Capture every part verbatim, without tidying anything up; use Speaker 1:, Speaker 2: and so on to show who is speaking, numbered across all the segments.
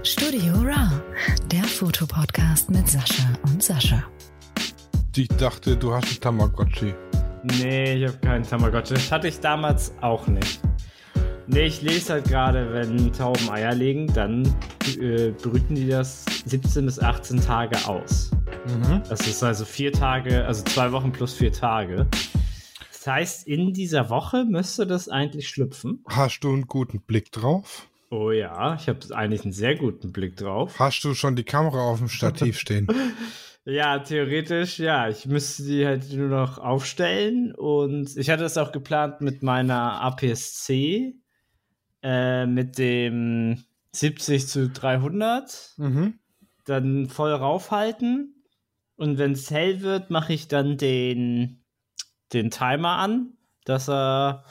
Speaker 1: Studio Raw, der Fotopodcast mit Sascha und Sascha.
Speaker 2: Ich dachte, du hast einen Tamagotchi.
Speaker 3: Nee, ich habe keinen Tamagotchi. Das hatte ich damals auch nicht. Nee, ich lese halt gerade, wenn Tauben Eier legen, dann äh, brüten die das siebzehn bis achtzehn Tage aus. Mhm. Das ist also vier Tage, also zwei Wochen plus vier Tage. Das heißt, in dieser Woche müsste das eigentlich schlüpfen.
Speaker 2: Hast du einen guten Blick drauf?
Speaker 3: Oh ja, ich habe eigentlich einen sehr guten Blick drauf.
Speaker 2: Hast du schon die Kamera auf dem Stativ stehen?
Speaker 3: Ja, theoretisch, ja. Ich müsste die halt nur noch aufstellen. Und ich hatte das auch geplant mit meiner A P S C, äh, mit dem siebzig zu dreihundert. Mhm. Dann voll raufhalten. Und wenn es hell wird, mache ich dann den, den Timer an, dass er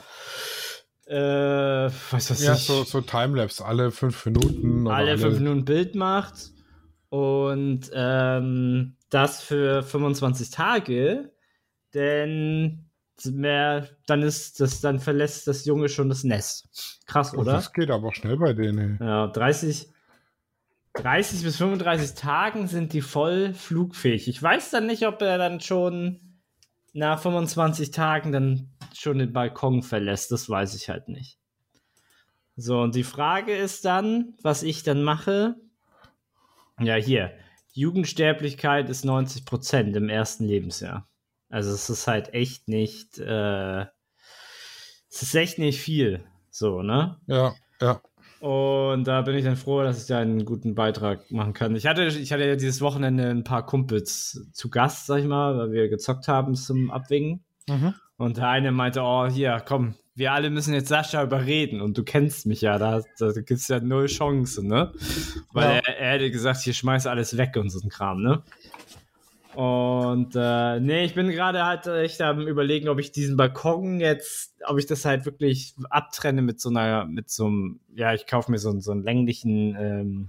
Speaker 3: Äh, weiß was
Speaker 2: ja,
Speaker 3: ich,
Speaker 2: so, so Timelapse, alle fünf Minuten.
Speaker 3: Oder alle, alle fünf Minuten Bild macht. Und ähm, das für fünfundzwanzig Tage. Denn mehr, dann ist das, dann verlässt das Junge schon das Nest. Krass, oder?
Speaker 2: Oh, das geht aber schnell bei denen.
Speaker 3: Ja, dreißig, dreißig bis fünfunddreißig Tagen sind die voll flugfähig. Ich weiß dann nicht, ob er dann schon nach fünfundzwanzig Tagen dann schon den Balkon verlässt, das weiß ich halt nicht. So, und die Frage ist dann, was ich dann mache. Ja, hier, Jugendsterblichkeit ist neunzig Prozent im ersten Lebensjahr. Also es ist halt echt nicht, äh, es ist echt nicht viel, so, ne?
Speaker 2: Ja, ja.
Speaker 3: Und da bin ich dann froh, dass ich da einen guten Beitrag machen kann. Ich hatte, ich hatte ja dieses Wochenende ein paar Kumpels zu Gast, sag ich mal, weil wir gezockt haben zum Abwinken. Mhm. Und der eine meinte, oh, hier, komm, wir alle müssen jetzt Sascha überreden. Und du kennst mich ja, da, da gibt es ja null Chance, ne? Weil ja. er, er hätte gesagt, hier, schmeiß alles weg und so ein Kram, ne? Und äh, nee, ich bin gerade halt echt am Überlegen, ob ich diesen Balkon jetzt, ob ich das halt wirklich abtrenne mit so einer, mit so einem, ja, ich kaufe mir so, so einen länglichen, ähm,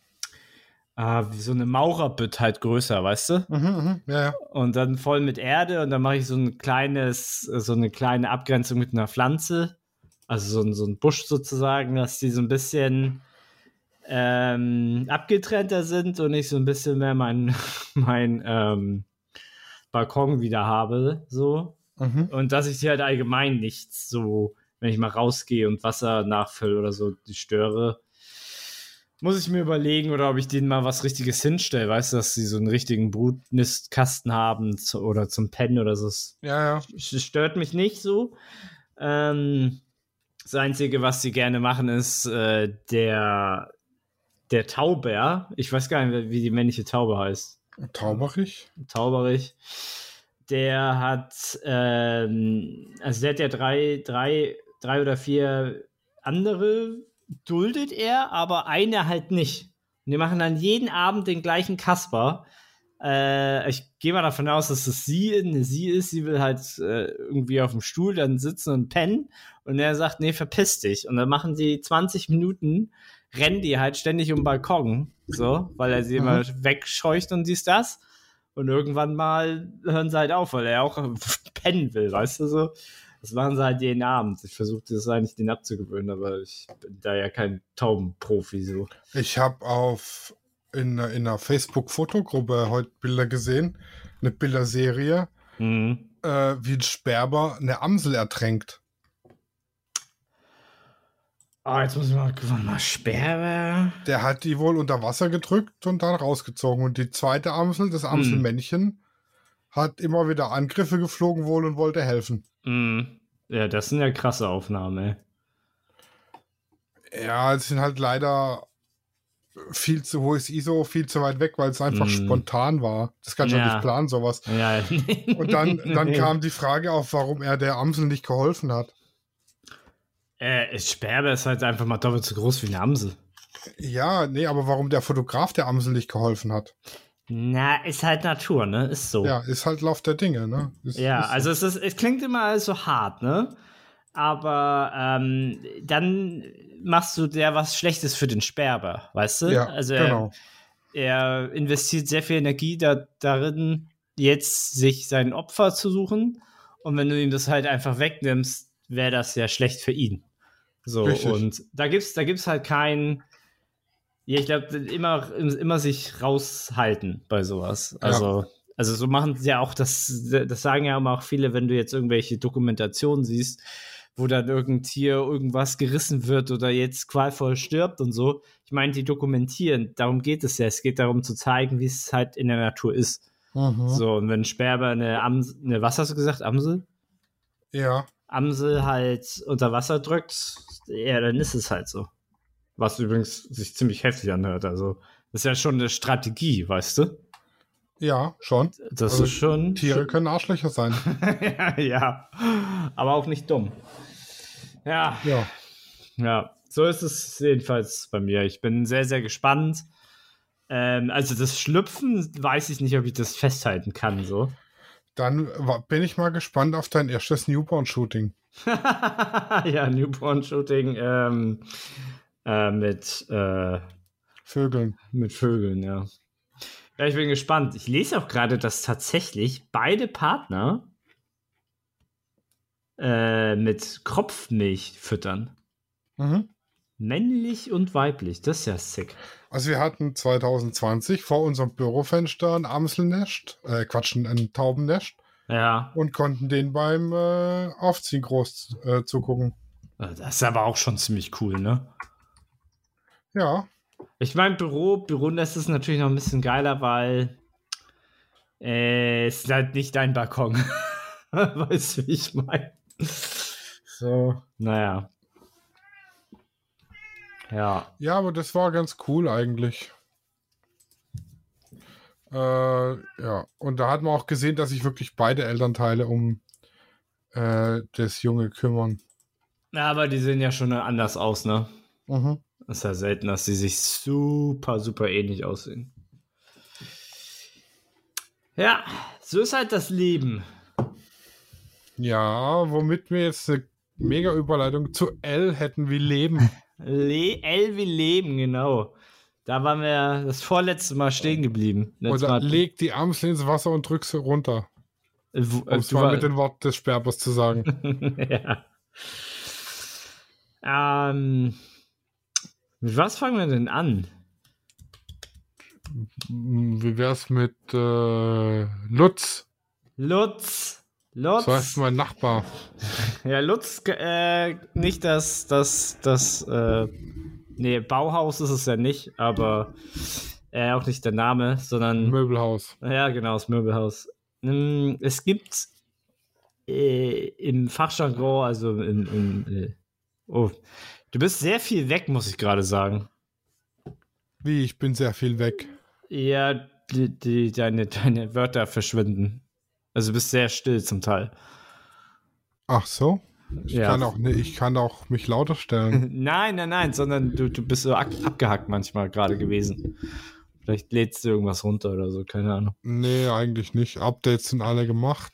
Speaker 3: äh, wie so eine Maurerbütt halt größer, weißt du?
Speaker 2: Mhm, mh, ja, ja.
Speaker 3: Und dann voll mit Erde und dann mache ich so ein kleines, so eine kleine Abgrenzung mit einer Pflanze, also so, so ein Busch sozusagen, dass die so ein bisschen Ähm, abgetrennter sind und ich so ein bisschen mehr mein, mein ähm, Balkon wieder habe, so. Mhm. Und dass ich die halt allgemein nicht so, wenn ich mal rausgehe und Wasser nachfülle oder so, die störe, muss ich mir überlegen, oder ob ich denen mal was Richtiges hinstelle, weißt du, dass sie so einen richtigen Brutnistkasten haben zu, oder zum Pennen oder so.
Speaker 2: Ja, ja.
Speaker 3: Das stört mich nicht so. Ähm, das Einzige, was sie gerne machen, ist äh, der Der Tauber, ich weiß gar nicht, wie die männliche Taube heißt.
Speaker 2: Tauberich?
Speaker 3: Tauberich. Der hat, ähm, also der hat ja drei, drei, drei oder vier andere, duldet er, aber eine halt nicht. Und die machen dann jeden Abend den gleichen Kasper. Äh, ich gehe mal davon aus, dass es sie, eine sie ist. Sie will halt äh, irgendwie auf dem Stuhl dann sitzen und pennen. Und er sagt, nee, verpiss dich. Und dann machen sie zwanzig Minuten, rennen die halt ständig um den Balkon, so, weil er sie mhm. immer wegscheucht und dies, das. Und irgendwann mal hören sie halt auf, weil er auch pennen will, weißt du, so. Das machen sie halt jeden Abend. Ich versuche das eigentlich, den abzugewöhnen, aber ich bin da ja kein Taubenprofi, so.
Speaker 2: Ich habe auf, in, in einer Facebook-Fotogruppe heute Bilder gesehen, eine Bilderserie, mhm. äh, wie ein Sperber eine Amsel ertränkt.
Speaker 3: Oh, jetzt muss ich mal, mal Sperber.
Speaker 2: Der hat die wohl unter Wasser gedrückt und dann rausgezogen. Und die zweite Amsel, das Amselmännchen, mm. hat immer wieder Angriffe geflogen wohl und wollte helfen.
Speaker 3: Mm. Ja, das sind ja krasse Aufnahmen,
Speaker 2: ey. Ja, es sind halt leider viel zu hohes I S O, viel zu weit weg, weil es einfach mm. spontan war. Das kannst du ja nicht planen, sowas.
Speaker 3: Ja.
Speaker 2: Und dann, dann kam die Frage auf, warum er der Amsel nicht geholfen hat.
Speaker 3: Äh, Sperber ist halt einfach mal doppelt so groß wie eine Amsel.
Speaker 2: Ja, nee, aber warum der Fotograf der Amsel nicht geholfen hat?
Speaker 3: Na, ist halt Natur, ne? Ist so.
Speaker 2: Ja, ist halt Lauf der Dinge, ne? Ist,
Speaker 3: ja,
Speaker 2: ist
Speaker 3: also so. es, ist, es klingt immer alles so hart, ne? Aber ähm, dann machst du der was Schlechtes für den Sperber, weißt du?
Speaker 2: Ja,
Speaker 3: also
Speaker 2: genau.
Speaker 3: Er, er investiert sehr viel Energie da, darin, jetzt sich sein Opfer zu suchen. Und wenn du ihm das halt einfach wegnimmst, wäre das ja schlecht für ihn. So, richtig. Und da gibt's, da gibt's halt kein, Ja, ich glaube, immer, immer sich raushalten bei sowas. Also, ja. also so machen sie ja auch, das, das sagen ja immer auch viele, wenn du jetzt irgendwelche Dokumentationen siehst, wo dann irgend Tier irgendwas gerissen wird oder jetzt qualvoll stirbt und so. Ich meine, die dokumentieren, darum geht es ja. Es geht darum zu zeigen, wie es halt in der Natur ist. Mhm. So, und wenn Sperber eine Amsel, eine, was hast du gesagt, Amsel?
Speaker 2: Ja.
Speaker 3: Amsel halt unter Wasser drückt, ja, dann ist es halt so. Was übrigens sich ziemlich heftig anhört. Also, das ist ja schon eine Strategie, weißt du?
Speaker 2: Ja, schon.
Speaker 3: Das also ist schon.
Speaker 2: Tiere können Arschlöcher sein.
Speaker 3: ja, ja, aber auch nicht dumm. Ja.
Speaker 2: Ja.
Speaker 3: Ja, so ist es jedenfalls bei mir. Ich bin sehr, sehr gespannt. Ähm, also, das Schlüpfen, weiß ich nicht, ob ich das festhalten kann, so.
Speaker 2: Dann bin ich mal gespannt auf dein erstes Newborn-Shooting.
Speaker 3: ja, Newborn-Shooting, ähm. Äh, mit äh,
Speaker 2: Vögeln.
Speaker 3: Mit Vögeln, ja. Ja, ich bin gespannt. Ich lese auch gerade, dass tatsächlich beide Partner äh, mit Kropfmilch füttern.
Speaker 2: Mhm.
Speaker 3: Männlich und weiblich. Das ist ja sick.
Speaker 2: Also wir hatten zwanzig zwanzig vor unserem Bürofenster ein Amselnest, äh, Quatsch, ein Taubennest.
Speaker 3: Ja.
Speaker 2: Und konnten den beim äh, Aufziehen groß äh, zugucken.
Speaker 3: Das ist aber auch schon ziemlich cool, ne?
Speaker 2: Ja.
Speaker 3: Ich meine, Büro, Büronest ist natürlich noch ein bisschen geiler, weil äh, es ist halt nicht dein Balkon. Weißt du, wie ich meine? So, naja. Ja.
Speaker 2: Ja, aber das war ganz cool eigentlich. Äh, ja, und da hat man auch gesehen, dass sich wirklich beide Elternteile um äh, das Junge kümmern.
Speaker 3: Ja, aber die sehen ja schon anders aus, ne?
Speaker 2: Mhm.
Speaker 3: Das ist ja selten, dass sie sich super, super ähnlich aussehen. Ja, so ist halt das Leben.
Speaker 2: Ja, womit wir jetzt eine mega Überleitung zu L hätten wie Leben.
Speaker 3: Le- L wie Leben, genau. Da waren wir das vorletzte Mal stehen geblieben.
Speaker 2: Oder
Speaker 3: Mal
Speaker 2: leg die Amsel ins Wasser und drück sie runter.
Speaker 3: Äh,
Speaker 2: um es mal mit den Worten des Sperbers zu sagen.
Speaker 3: ja. Ähm, mit was fangen wir denn an?
Speaker 2: Wie wär's mit äh, Lutz?
Speaker 3: Lutz. Lutz.
Speaker 2: So heißt mein Nachbar.
Speaker 3: Ja, Lutz, äh, nicht das, das, das, äh, nee, Bauhaus ist es ja nicht, aber äh, auch nicht der Name, sondern
Speaker 2: Möbelhaus.
Speaker 3: Ja, genau, das Möbelhaus. Es gibt äh, im Fachjargon, also im, im äh, oh, du bist sehr viel weg, muss ich gerade sagen.
Speaker 2: Wie, ich bin sehr viel weg?
Speaker 3: Ja, die, die, deine, deine Wörter verschwinden. Also du bist sehr still zum Teil.
Speaker 2: Ach so? Ich,
Speaker 3: ja.
Speaker 2: kann, auch, ne, ich kann auch mich lauter stellen.
Speaker 3: nein, nein, nein, sondern du, du bist so ab, abgehackt manchmal gerade gewesen. Vielleicht lädst du irgendwas runter oder so, keine Ahnung.
Speaker 2: Nee, eigentlich nicht. Updates sind alle gemacht.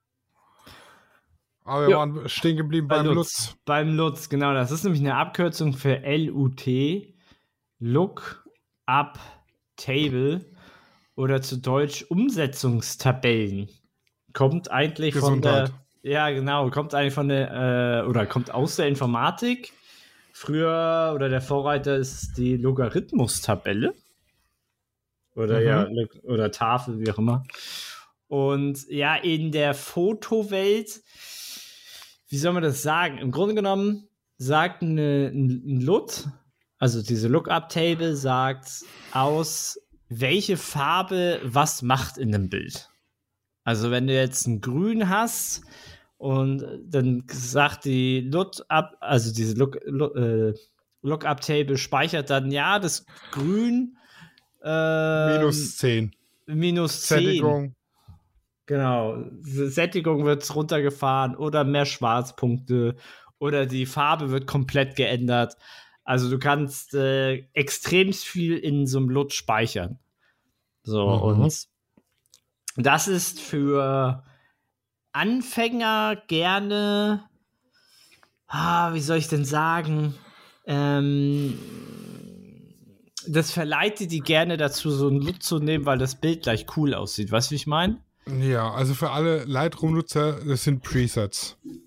Speaker 2: Aber wir ja. waren stehen geblieben Bei beim Lutz.
Speaker 3: Lutz. Beim Lutz, genau. Das ist nämlich eine Abkürzung für L U T. Look Up Table. Oder zu Deutsch Umsetzungstabellen. Kommt eigentlich
Speaker 2: Gesundheit.
Speaker 3: von der... Ja, genau. Kommt eigentlich von der... Äh, oder kommt aus der Informatik. Früher, oder der Vorreiter ist die Logarithmus-Tabelle. Oder mhm. ja, oder Tafel, wie auch immer. Und ja, in der Fotowelt, wie soll man das sagen? Im Grunde genommen sagt eine, ein L U T, also diese Lookup-Table, sagt aus, welche Farbe was macht in dem Bild. Also wenn du jetzt ein Grün hast und dann sagt die Lookup, also diese Look, Look, äh, Lookup-Table speichert dann, ja, das Grün ähm,
Speaker 2: minus zehn.
Speaker 3: Minus zehn.
Speaker 2: Sättigung.
Speaker 3: Genau. Sättigung wird runtergefahren oder mehr Schwarzpunkte oder die Farbe wird komplett geändert. Also du kannst äh, extrem viel in so einem L U T speichern. So, mhm. und das ist für Anfänger gerne, ah, wie soll ich denn sagen, ähm, das verleitet die gerne dazu, so ein L U T zu nehmen, weil das Bild gleich cool aussieht. Weißt du, wie ich meine?
Speaker 2: Ja, also für alle Lightroom-Nutzer, das sind Presets.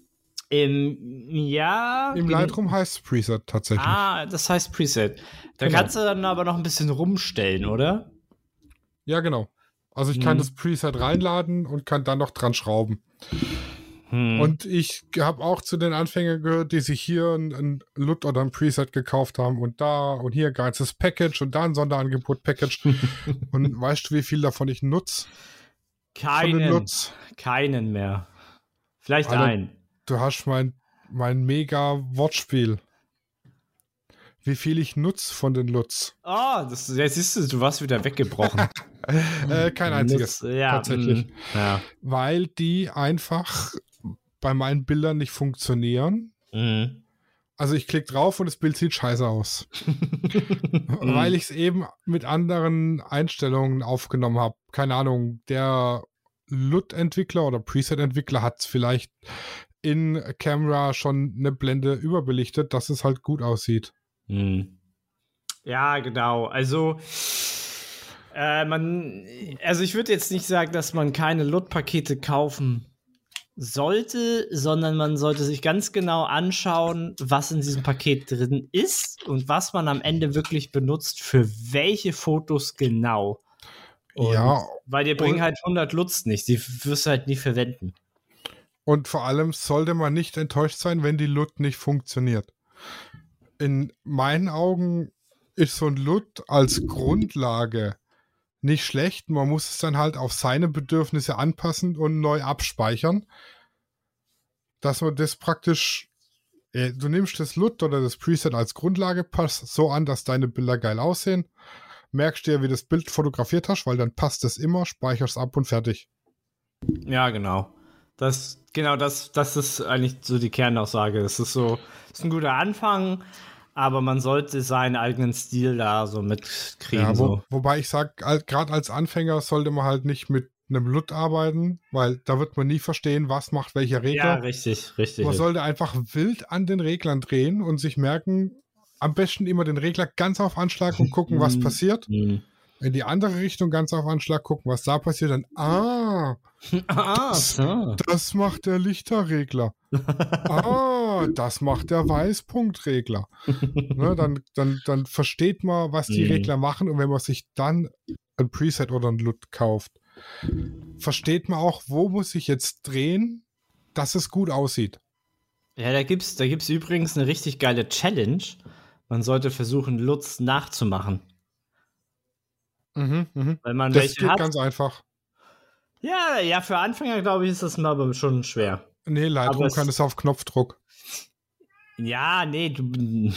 Speaker 3: Im, ja.
Speaker 2: Im Lightroom heißt es Preset tatsächlich.
Speaker 3: Ah, das heißt Preset. Da
Speaker 2: Genau.
Speaker 3: kannst du dann aber noch ein bisschen rumstellen, oder?
Speaker 2: Ja, genau. Also ich
Speaker 3: Hm.
Speaker 2: kann das Preset reinladen und kann dann noch dran schrauben.
Speaker 3: Hm.
Speaker 2: Und ich habe auch zu den Anfängern gehört, die sich hier ein, ein L U T oder ein Preset gekauft haben und da und hier ein ganzes Package und da ein Sonderangebot-Package. Und weißt du, wie viel davon ich nutze?
Speaker 3: Keinen. Keinen mehr. Vielleicht
Speaker 2: Alter,
Speaker 3: einen.
Speaker 2: Du hast mein, mein mega Wortspiel. Wie viel ich nutze von den L U Ts.
Speaker 3: Oh, das, jetzt siehst du, du warst wieder weggebrochen.
Speaker 2: äh, kein einziges.
Speaker 3: Nutz, ja,
Speaker 2: tatsächlich.
Speaker 3: Mm, ja.
Speaker 2: Weil die einfach bei meinen Bildern nicht funktionieren.
Speaker 3: Mhm.
Speaker 2: Also ich klicke drauf und das Bild sieht scheiße aus. Weil ich es eben mit anderen Einstellungen aufgenommen habe. Keine Ahnung, der L U T-Entwickler oder Preset-Entwickler hat es vielleicht in Camera schon eine Blende überbelichtet, dass es halt gut aussieht.
Speaker 3: Mhm. Ja, genau. Also äh, man, also ich würde jetzt nicht sagen, dass man keine L U T-Pakete kaufen sollte, sondern man sollte sich ganz genau anschauen, was in diesem Paket drin ist und was man am Ende wirklich benutzt, für welche Fotos genau. Und
Speaker 2: ja.
Speaker 3: Weil dir bringen halt hundert L U Ts nicht, die wirst du halt nie verwenden.
Speaker 2: Und vor allem sollte man nicht enttäuscht sein, wenn die L U T nicht funktioniert. In meinen Augen ist so ein L U T als Grundlage nicht schlecht. Man muss es dann halt auf seine Bedürfnisse anpassen und neu abspeichern. Dass man das praktisch, äh, du nimmst das L U T oder das Preset als Grundlage, passt so an, dass deine Bilder geil aussehen. Merkst dir, wie das Bild fotografiert hast, weil dann passt es immer, speicherst ab und fertig.
Speaker 3: Ja, genau. Das, genau, das, das ist eigentlich so die Kernaussage. Das ist so, das ist ein guter Anfang, aber man sollte seinen eigenen Stil da so mitkriegen.
Speaker 2: Ja, wo,
Speaker 3: so.
Speaker 2: Wobei ich sage, gerade als Anfänger sollte man halt nicht mit einem L U T arbeiten, weil da wird man nie verstehen, was macht welcher Regler.
Speaker 3: Ja, richtig, richtig.
Speaker 2: Man sollte einfach wild an den Reglern drehen und sich merken, am besten immer den Regler ganz auf Anschlag und gucken, was passiert. In die andere Richtung ganz auf Anschlag gucken, was da passiert. Dann, ah,
Speaker 3: ah
Speaker 2: das,
Speaker 3: so.
Speaker 2: das macht der Lichterregler. ah, das macht der Weißpunktregler. ne, dann, dann, dann versteht man, was die
Speaker 3: Mhm.
Speaker 2: Regler machen. Und wenn man sich dann ein Preset oder ein L U T kauft, versteht man auch, wo muss ich jetzt drehen, dass es gut aussieht.
Speaker 3: Ja, da gibt's, da gibt's übrigens eine richtig geile Challenge. Man sollte versuchen, L U Ts nachzumachen.
Speaker 2: Mhm, mhm.
Speaker 3: Weil man
Speaker 2: Das
Speaker 3: welche
Speaker 2: geht
Speaker 3: hat.
Speaker 2: ganz einfach.
Speaker 3: Ja, ja, für Anfänger, glaube ich, ist das aber schon schwer.
Speaker 2: Nee, Lightroom
Speaker 3: Aber
Speaker 2: kann
Speaker 3: es-
Speaker 2: es auf Knopfdruck.
Speaker 3: Ja, nee, du.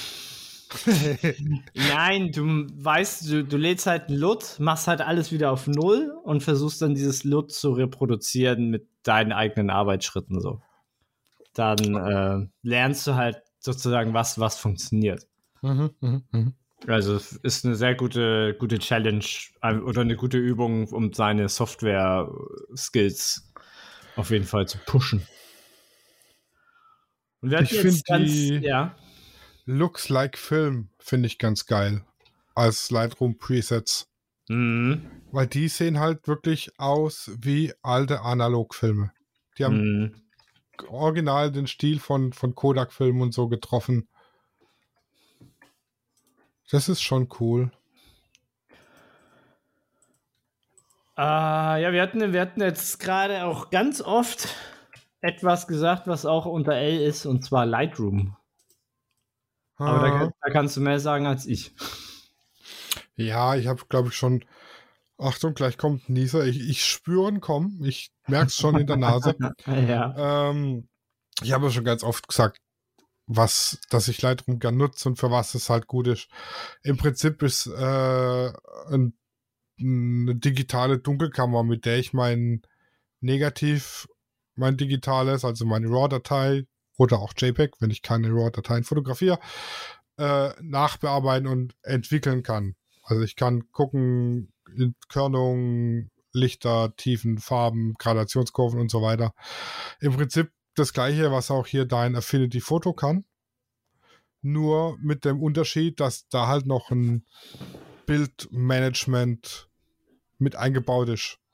Speaker 3: Nein, du weißt, du, du lädst halt ein L U T, machst halt alles wieder auf Null und versuchst dann dieses L U T zu reproduzieren mit deinen eigenen Arbeitsschritten so. Dann äh, lernst du halt sozusagen, was, was funktioniert.
Speaker 2: mhm, mhm, mhm.
Speaker 3: Also es ist eine sehr gute, gute Challenge äh, oder eine gute Übung, um seine Software-Skills auf jeden Fall zu pushen. Und wir hatten
Speaker 2: Ich
Speaker 3: jetzt
Speaker 2: find
Speaker 3: ganz,
Speaker 2: die-
Speaker 3: ja.
Speaker 2: Looks like Film finde ich ganz geil. Als Lightroom Presets.
Speaker 3: Mhm.
Speaker 2: Weil die sehen halt wirklich aus wie alte Analogfilme. Die haben
Speaker 3: Mhm.
Speaker 2: original den Stil von, von Kodak-Filmen und so getroffen. Das ist schon cool.
Speaker 3: Äh, ja, wir hatten, wir hatten jetzt gerade auch ganz oft etwas gesagt, was auch unter L ist, und zwar Lightroom. Aber da, kann, da kannst du mehr sagen als ich.
Speaker 2: Ja, ich habe, glaube ich, schon. Achtung, gleich kommt ein Nieser. Ich, ich spüre ihn kommen. Ich merke es schon in der Nase.
Speaker 3: Ja.
Speaker 2: ähm, ich habe ja schon ganz oft gesagt, was, dass ich Lightroom gern nutze und für was es halt gut ist. Im Prinzip ist äh, ein, eine digitale Dunkelkammer, mit der ich mein Negativ, mein digitales, also meine RAW-Datei oder auch JPEG, wenn ich keine RAW-Dateien fotografiere, äh, nachbearbeiten und entwickeln kann. Also ich kann gucken, Körnung, Lichter, Tiefen, Farben, Gradationskurven und so weiter. Im Prinzip das gleiche, was auch hier dein Affinity Photo kann. Nur mit dem Unterschied, dass da halt noch ein Bildmanagement mit eingebaut ist.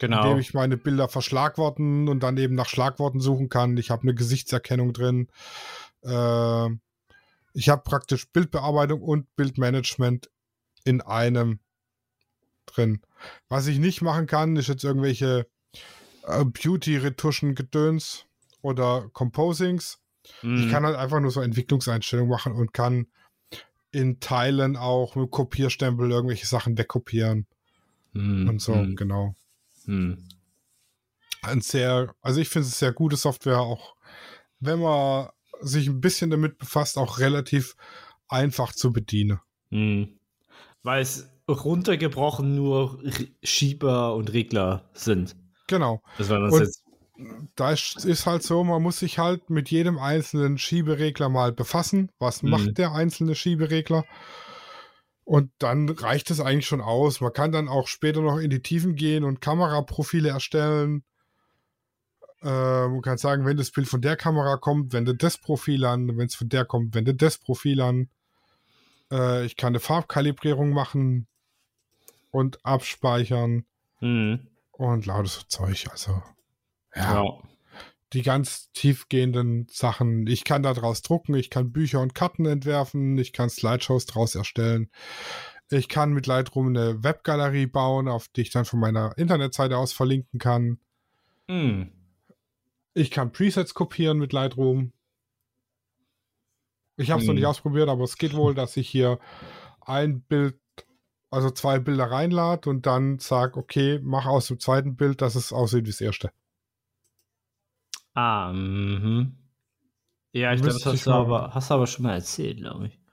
Speaker 3: Genau.
Speaker 2: indem ich meine Bilder verschlagworten und dann eben nach Schlagworten suchen kann. Ich habe eine Gesichtserkennung drin. Äh, ich habe praktisch Bildbearbeitung und Bildmanagement in einem drin. Was ich nicht machen kann, ist jetzt irgendwelche äh, Beauty-Retuschen, Gedöns oder Composings.
Speaker 3: Mhm.
Speaker 2: Ich kann halt einfach nur so Entwicklungseinstellungen machen und kann in Teilen auch mit Kopierstempel irgendwelche Sachen wegkopieren.
Speaker 3: Mhm.
Speaker 2: Und so,
Speaker 3: Mhm.
Speaker 2: genau.
Speaker 3: Mhm.
Speaker 2: Ein sehr, also ich finde es sehr gute Software, auch wenn man sich ein bisschen damit befasst, auch relativ einfach zu bedienen.
Speaker 3: Mhm. Weil es runtergebrochen nur R- Schieber und Regler sind.
Speaker 2: Genau.
Speaker 3: Das war das
Speaker 2: Und
Speaker 3: jetzt.
Speaker 2: da ist, ist halt so, man muss sich halt mit jedem einzelnen Schieberegler mal befassen. Was
Speaker 3: Mhm.
Speaker 2: macht der einzelne Schieberegler? Und dann reicht es eigentlich schon aus. Man kann dann auch später noch in die Tiefen gehen und Kameraprofile erstellen. Äh, man kann sagen, wenn das Bild von der Kamera kommt, wende das Profil an. Wenn es von der kommt, wende das Profil an. Äh, ich kann eine Farbkalibrierung machen und abspeichern
Speaker 3: Mhm.
Speaker 2: und lauter so Zeug. Also, ja.
Speaker 3: Ja.
Speaker 2: Die ganz tiefgehenden Sachen. Ich kann daraus drucken, ich kann Bücher und Karten entwerfen, ich kann Slideshows daraus erstellen. Ich kann mit Lightroom eine Webgalerie bauen, auf die ich dann von meiner Internetseite aus verlinken kann.
Speaker 3: Mhm.
Speaker 2: Ich kann Presets kopieren mit Lightroom. Ich habe es noch nicht
Speaker 3: Mhm.
Speaker 2: ausprobiert, aber es geht wohl, dass ich hier ein Bild, also zwei Bilder reinlade und dann sage, okay, mach aus dem zweiten Bild, dass es aussieht wie das erste.
Speaker 3: Ah, mhm. Ja, ich glaube, das
Speaker 2: Müsste
Speaker 3: hast
Speaker 2: ich
Speaker 3: du
Speaker 2: mal-
Speaker 3: aber, hast du aber schon mal erzählt, glaube ich.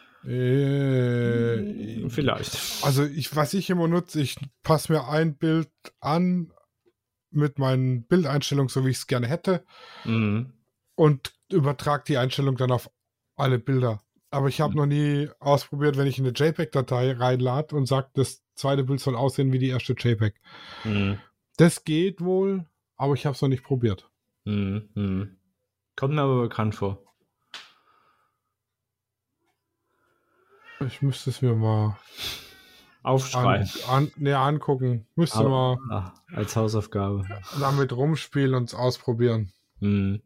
Speaker 2: Äh,
Speaker 3: Vielleicht.
Speaker 2: Also ich, was ich immer nutze, ich passe mir ein Bild an mit meinen Bildeinstellungen, so wie ich es gerne hätte,
Speaker 3: Mhm.
Speaker 2: und übertrage die Einstellung dann auf alle Bilder. Aber ich habe
Speaker 3: Mhm.
Speaker 2: noch nie ausprobiert, wenn ich eine JPEG-Datei reinlade und sage, das zweite Bild soll aussehen wie die erste JPEG.
Speaker 3: Mhm.
Speaker 2: Das geht wohl, aber ich habe es noch nicht probiert.
Speaker 3: Mhm. Mhm. Kommt mir aber bekannt vor.
Speaker 2: Ich müsste es mir mal
Speaker 3: Aufschreiben.
Speaker 2: an, an, ne, angucken. Müsste mal
Speaker 3: Ah, als Hausaufgabe.
Speaker 2: damit rumspielen und es ausprobieren.
Speaker 3: Mhm.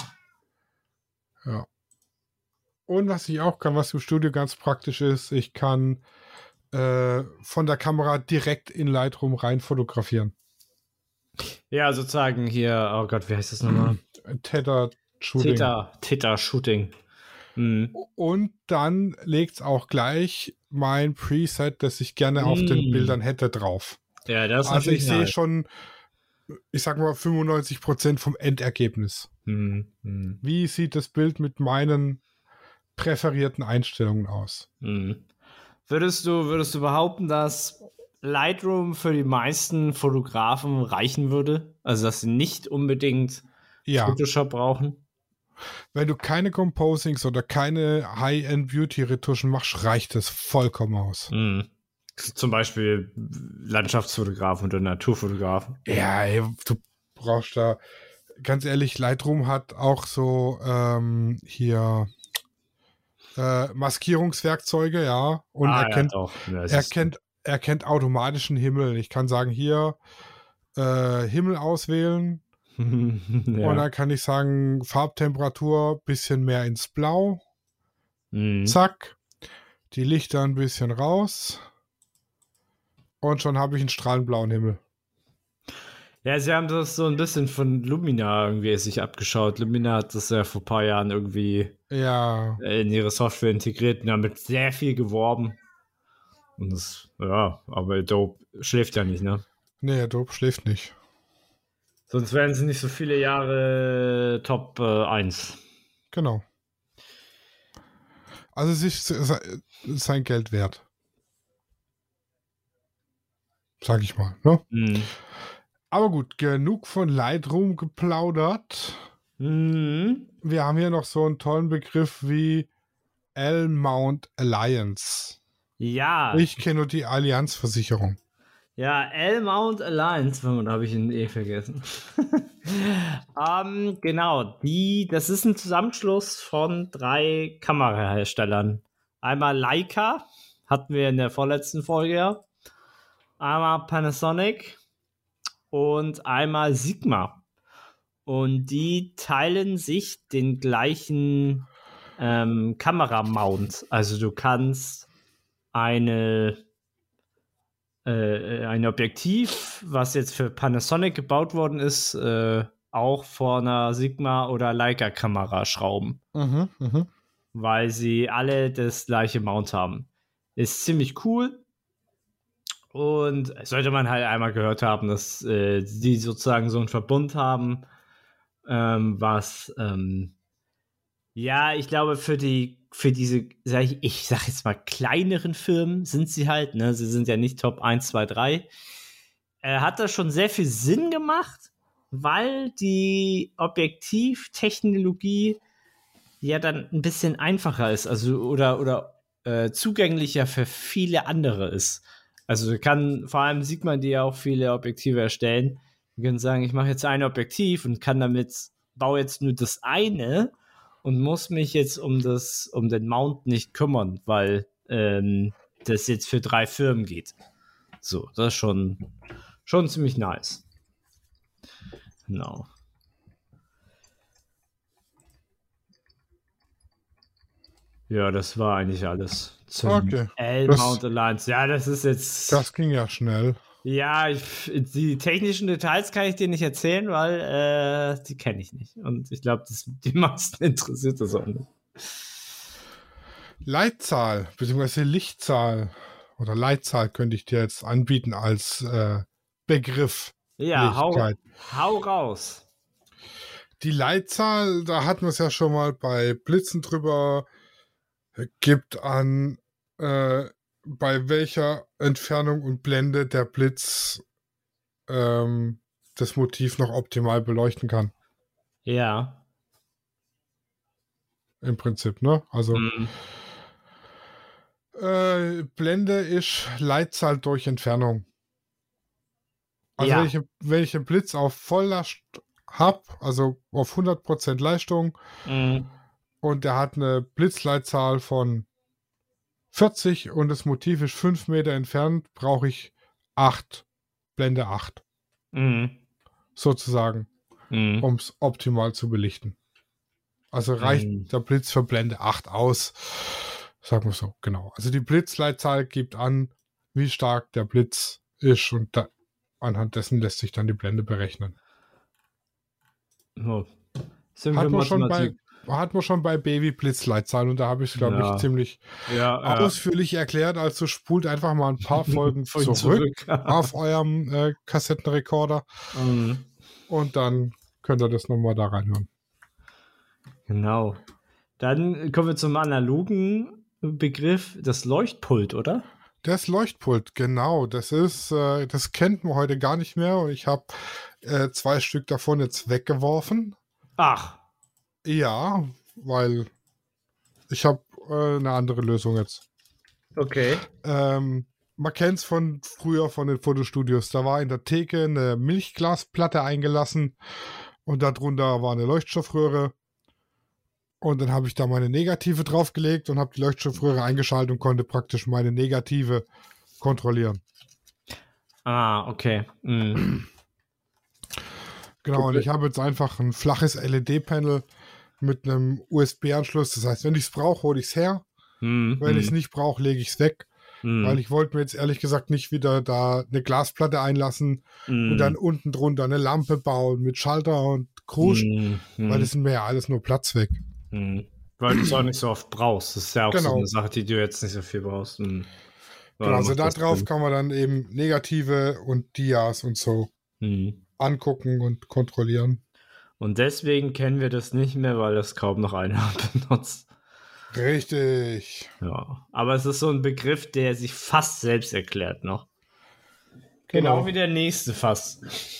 Speaker 2: Ja. Und was ich auch kann, was im Studio ganz praktisch ist, ich kann äh, von der Kamera direkt in Lightroom rein fotografieren.
Speaker 3: Ja, sozusagen hier, oh Gott, wie heißt das nochmal?
Speaker 2: Theta-Shooting.
Speaker 3: Theta, Theta-Shooting. Mhm.
Speaker 2: Und dann legt es auch gleich mein Preset, das ich gerne auf den
Speaker 3: Mm.
Speaker 2: Bildern hätte, drauf.
Speaker 3: Ja, das ist
Speaker 2: Also ich
Speaker 3: natürlich
Speaker 2: sehe
Speaker 3: nice.
Speaker 2: schon, ich sag mal, fünfundneunzig Prozent vom Endergebnis.
Speaker 3: Mhm. Mhm.
Speaker 2: Wie sieht das Bild mit meinen präferierten Einstellungen aus?
Speaker 3: Mhm. Würdest du, würdest du behaupten, dass Lightroom für die meisten Fotografen reichen würde? Also, dass sie nicht unbedingt
Speaker 2: Ja.
Speaker 3: Photoshop brauchen?
Speaker 2: Wenn du keine Composings oder keine High-End-Beauty-Retuschen machst, reicht es vollkommen aus.
Speaker 3: Mhm. Zum Beispiel Landschaftsfotografen oder Naturfotografen.
Speaker 2: Ja, ey, du brauchst da, ganz ehrlich, Lightroom hat auch so ähm, hier äh, Maskierungswerkzeuge, ja, und
Speaker 3: Ah,
Speaker 2: erkennt,
Speaker 3: ja, doch. Ja, das ist-
Speaker 2: erkennt, erkennt automatischen Himmel. Ich kann sagen, hier äh, Himmel auswählen und
Speaker 3: ja.
Speaker 2: dann kann ich sagen, Farbtemperatur bisschen mehr ins Blau,
Speaker 3: Mhm.
Speaker 2: zack, die Lichter ein bisschen raus und schon habe ich einen strahlenblauen Himmel.
Speaker 3: Ja, sie haben das so ein bisschen von Lumina irgendwie sich abgeschaut. Lumina hat das ja vor ein paar Jahren irgendwie
Speaker 2: Ja,
Speaker 3: in ihre Software integriert und damit sehr viel geworben. Und das, ja, aber Adobe schläft ja nicht, ne?
Speaker 2: nee, Adobe schläft nicht.
Speaker 3: Sonst wären sie nicht so viele Jahre Top äh, eins.
Speaker 2: Genau. Also es ist se- sein Geld wert. Sag ich mal, ne?
Speaker 3: Mhm.
Speaker 2: Aber gut, genug von Lightroom geplaudert.
Speaker 3: Mhm.
Speaker 2: Wir haben hier noch so einen tollen Begriff wie L-Mount Alliance.
Speaker 3: Ja,
Speaker 2: Ich kenne nur die Allianzversicherung.
Speaker 3: ja, L-Mount Alliance, da habe ich ihn eh vergessen. ähm, genau, die, das ist ein Zusammenschluss von drei Kameraherstellern. Einmal Leica, hatten wir in der vorletzten Folge ja. Einmal Panasonic und einmal Sigma. Und die teilen sich den gleichen ähm, Kameramount. Also du kannst eine äh, ein Objektiv, was jetzt für Panasonic gebaut worden ist, äh, auch vor einer Sigma- oder Leica-Kamera schrauben.
Speaker 2: Mhm, mhm.
Speaker 3: Weil sie alle das gleiche Mount haben. Ist ziemlich cool. Und sollte man halt einmal gehört haben, dass äh, die sozusagen so einen Verbund haben, ähm, was ähm, ja, ich glaube, für die, für diese, sag ich, ich sag jetzt mal, kleineren Firmen sind sie halt, ne? Sie sind ja nicht Top eins, zwei, drei. Äh, hat das schon sehr viel Sinn gemacht, weil die Objektivtechnologie ja dann ein bisschen einfacher ist, also oder, oder äh, zugänglicher für viele andere ist. Also kann vor allem sieht man die ja auch viele Objektive erstellen. Man kann sagen, ich mache jetzt ein Objektiv und kann damit, baue jetzt nur das eine und muss mich jetzt um das, um den Mount nicht kümmern, weil ähm, das jetzt für drei Firmen geht. So, das ist schon, schon ziemlich nice. Genau. Ja, das war eigentlich alles zum
Speaker 2: Okay.
Speaker 3: L-Mount Alliance. Ja, das ist jetzt.
Speaker 2: Das ging ja schnell.
Speaker 3: Ja, ich, die technischen Details kann ich dir nicht erzählen, weil äh, die kenne ich nicht. Und ich glaube, die meisten interessiert das auch nicht.
Speaker 2: Leitzahl, beziehungsweise Lichtzahl oder Leitzahl könnte ich dir jetzt anbieten als äh, Begriff.
Speaker 3: Ja, hau, hau raus.
Speaker 2: Die Leitzahl, da hatten wir es ja schon mal bei Blitzen drüber, gibt an, äh, bei welcher Entfernung und Blende der Blitz ähm, das Motiv noch optimal beleuchten kann.
Speaker 3: Ja.
Speaker 2: Im Prinzip, ne? Also
Speaker 3: Mhm.
Speaker 2: äh, Blende ist Leitzahl durch Entfernung. Also
Speaker 3: ja.
Speaker 2: wenn, ich, wenn ich einen Blitz auf Volllast habe, also auf hundert Prozent Leistung,
Speaker 3: mhm.
Speaker 2: und der hat eine Blitzleitzahl von vierzig und das Motiv ist fünf Meter entfernt, brauche ich acht, Blende acht.
Speaker 3: Mhm.
Speaker 2: Sozusagen,
Speaker 3: mhm.
Speaker 2: um es optimal zu belichten. Also reicht
Speaker 3: mhm.
Speaker 2: der Blitz für Blende acht aus. Sagen wir so, genau. Also die Blitzleitzahl gibt an, wie stark der Blitz ist und da, anhand dessen lässt sich dann die Blende berechnen.
Speaker 3: Oh.
Speaker 2: Hat man, schon bei, hat man schon bei Baby-Blitzleitzahlen und da habe ich es, glaube
Speaker 3: ja.
Speaker 2: ich, ziemlich
Speaker 3: ja,
Speaker 2: ausführlich ja. erklärt. Also spult einfach mal ein paar Folgen zurück, zurück. auf eurem äh, Kassettenrekorder
Speaker 3: mhm.
Speaker 2: und dann könnt ihr das nochmal da reinhören.
Speaker 3: Genau. Dann kommen wir zum analogen Begriff, das Leuchtpult, oder?
Speaker 2: Das Leuchtpult, genau. Das ist, äh, das kennt man heute gar nicht mehr und ich habe äh, zwei Stück davon jetzt weggeworfen.
Speaker 3: Ach.
Speaker 2: Ja, weil ich habe äh, eine andere Lösung jetzt.
Speaker 3: Okay.
Speaker 2: Ähm, man kennt es von früher von den Fotostudios. Da war in der Theke eine Milchglasplatte eingelassen und darunter war eine Leuchtstoffröhre. Und dann habe ich da meine Negative draufgelegt und habe die Leuchtstoffröhre eingeschaltet und konnte praktisch meine Negative kontrollieren.
Speaker 3: Ah, okay. Mhm.
Speaker 2: Genau,
Speaker 3: okay.
Speaker 2: Und ich habe jetzt einfach ein flaches L E D-Panel mit einem U S B-Anschluss. Das heißt, wenn ich es brauche, hole ich es her.
Speaker 3: Mhm.
Speaker 2: Wenn ich es nicht brauche, lege ich es weg. Mhm. Weil ich wollte mir jetzt ehrlich gesagt nicht wieder da eine Glasplatte einlassen mhm. und dann unten drunter eine Lampe bauen mit Schalter und Krusch, mhm. weil das sind mir ja alles nur Platz weg.
Speaker 3: Mhm. Weil du es auch nicht so oft brauchst. Das ist ja auch
Speaker 2: genau.
Speaker 3: so eine Sache, die du jetzt nicht so viel brauchst. Mhm.
Speaker 2: Genau, also da drauf kann man dann eben Negative und Dias und so mhm. angucken und kontrollieren.
Speaker 3: Und deswegen kennen wir das nicht mehr, weil das kaum noch einer benutzt.
Speaker 2: Richtig.
Speaker 3: Ja, aber es ist so ein Begriff, der sich fast selbst erklärt noch. Genau, genau wie der nächste fast.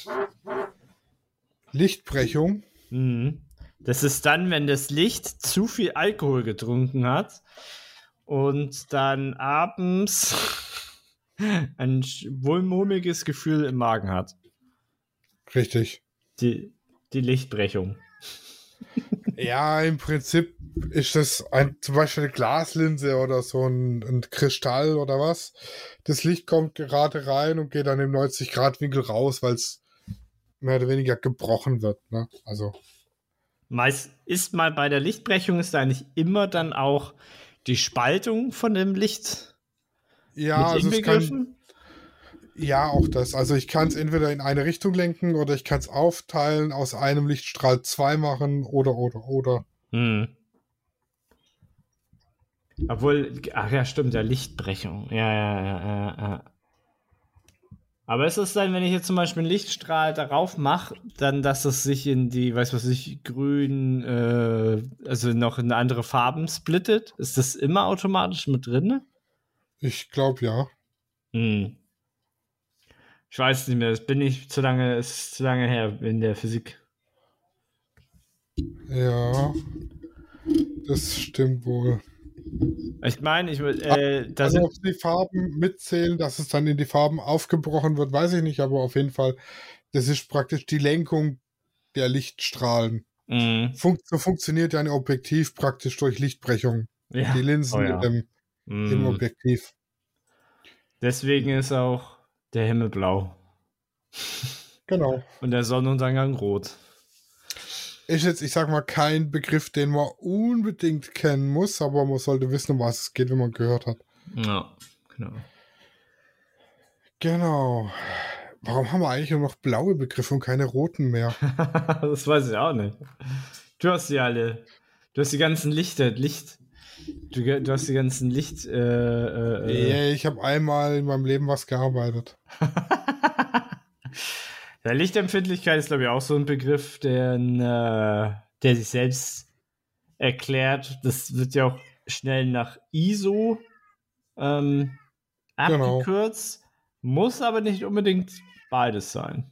Speaker 2: Lichtbrechung.
Speaker 3: Mhm. Das ist dann, wenn das Licht zu viel Alkohol getrunken hat und dann abends ein wohlmummiges Gefühl im Magen hat.
Speaker 2: Richtig.
Speaker 3: Die, die Lichtbrechung.
Speaker 2: Ja, im Prinzip ist das ein, zum Beispiel eine Glaslinse oder so ein, ein Kristall oder was. Das Licht kommt gerade rein und geht dann im neunzig Grad Winkel raus, weil es mehr oder weniger gebrochen wird. Ne? Also
Speaker 3: Meist ist mal bei der Lichtbrechung ist da eigentlich immer dann auch die Spaltung von dem Licht
Speaker 2: ja,
Speaker 3: mit
Speaker 2: also es kann,
Speaker 3: inbegriffen?
Speaker 2: ja, auch das. Also ich kann es entweder in eine Richtung lenken oder ich kann es aufteilen, aus einem Lichtstrahl zwei machen oder, oder, oder.
Speaker 3: Hm. Obwohl, ach ja, stimmt, ja, Lichtbrechung. Ja, ja, ja, ja, ja. Aber ist es dann, wenn ich jetzt zum Beispiel einen Lichtstrahl darauf mache, dann, dass es sich in die, weiß was ich, grün, äh, also noch in andere Farben splittet? Ist das immer automatisch mit drin?
Speaker 2: Ich glaube ja.
Speaker 3: Hm. Ich weiß nicht mehr, das bin ich zu lange, ist zu lange her in der Physik.
Speaker 2: Ja, das stimmt wohl.
Speaker 3: Ich meine, ich äh, da
Speaker 2: Also
Speaker 3: sind
Speaker 2: ob die Farben mitzählen, dass es dann in die Farben aufgebrochen wird, weiß ich nicht, aber auf jeden Fall, das ist praktisch die Lenkung der Lichtstrahlen.
Speaker 3: mh,
Speaker 2: Fun so funktioniert ja ein Objektiv praktisch durch Lichtbrechung.
Speaker 3: ja.
Speaker 2: Die Linsen
Speaker 3: Oh ja.
Speaker 2: im, im
Speaker 3: Mh.
Speaker 2: Objektiv.
Speaker 3: Deswegen ist auch der Himmel blau
Speaker 2: Genau.
Speaker 3: und der Sonnenuntergang rot.
Speaker 2: Ist jetzt, ich sag mal, kein Begriff, den man unbedingt kennen muss, aber man sollte wissen, um was es geht, wenn man gehört hat.
Speaker 3: Ja, genau.
Speaker 2: Genau. Warum haben wir eigentlich nur noch blaue Begriffe und keine roten mehr?
Speaker 3: Das weiß ich auch nicht. Du hast die alle. Du hast die ganzen Lichter, Licht. Du, du hast die ganzen Licht. Äh, äh, äh.
Speaker 2: Yeah, ich habe einmal in meinem Leben was gearbeitet.
Speaker 3: Ja, Lichtempfindlichkeit ist, glaube ich, auch so ein Begriff, der, äh, der sich selbst erklärt. Das wird ja auch schnell nach I S O ähm,
Speaker 2: Genau.
Speaker 3: abgekürzt. Muss aber nicht unbedingt beides sein.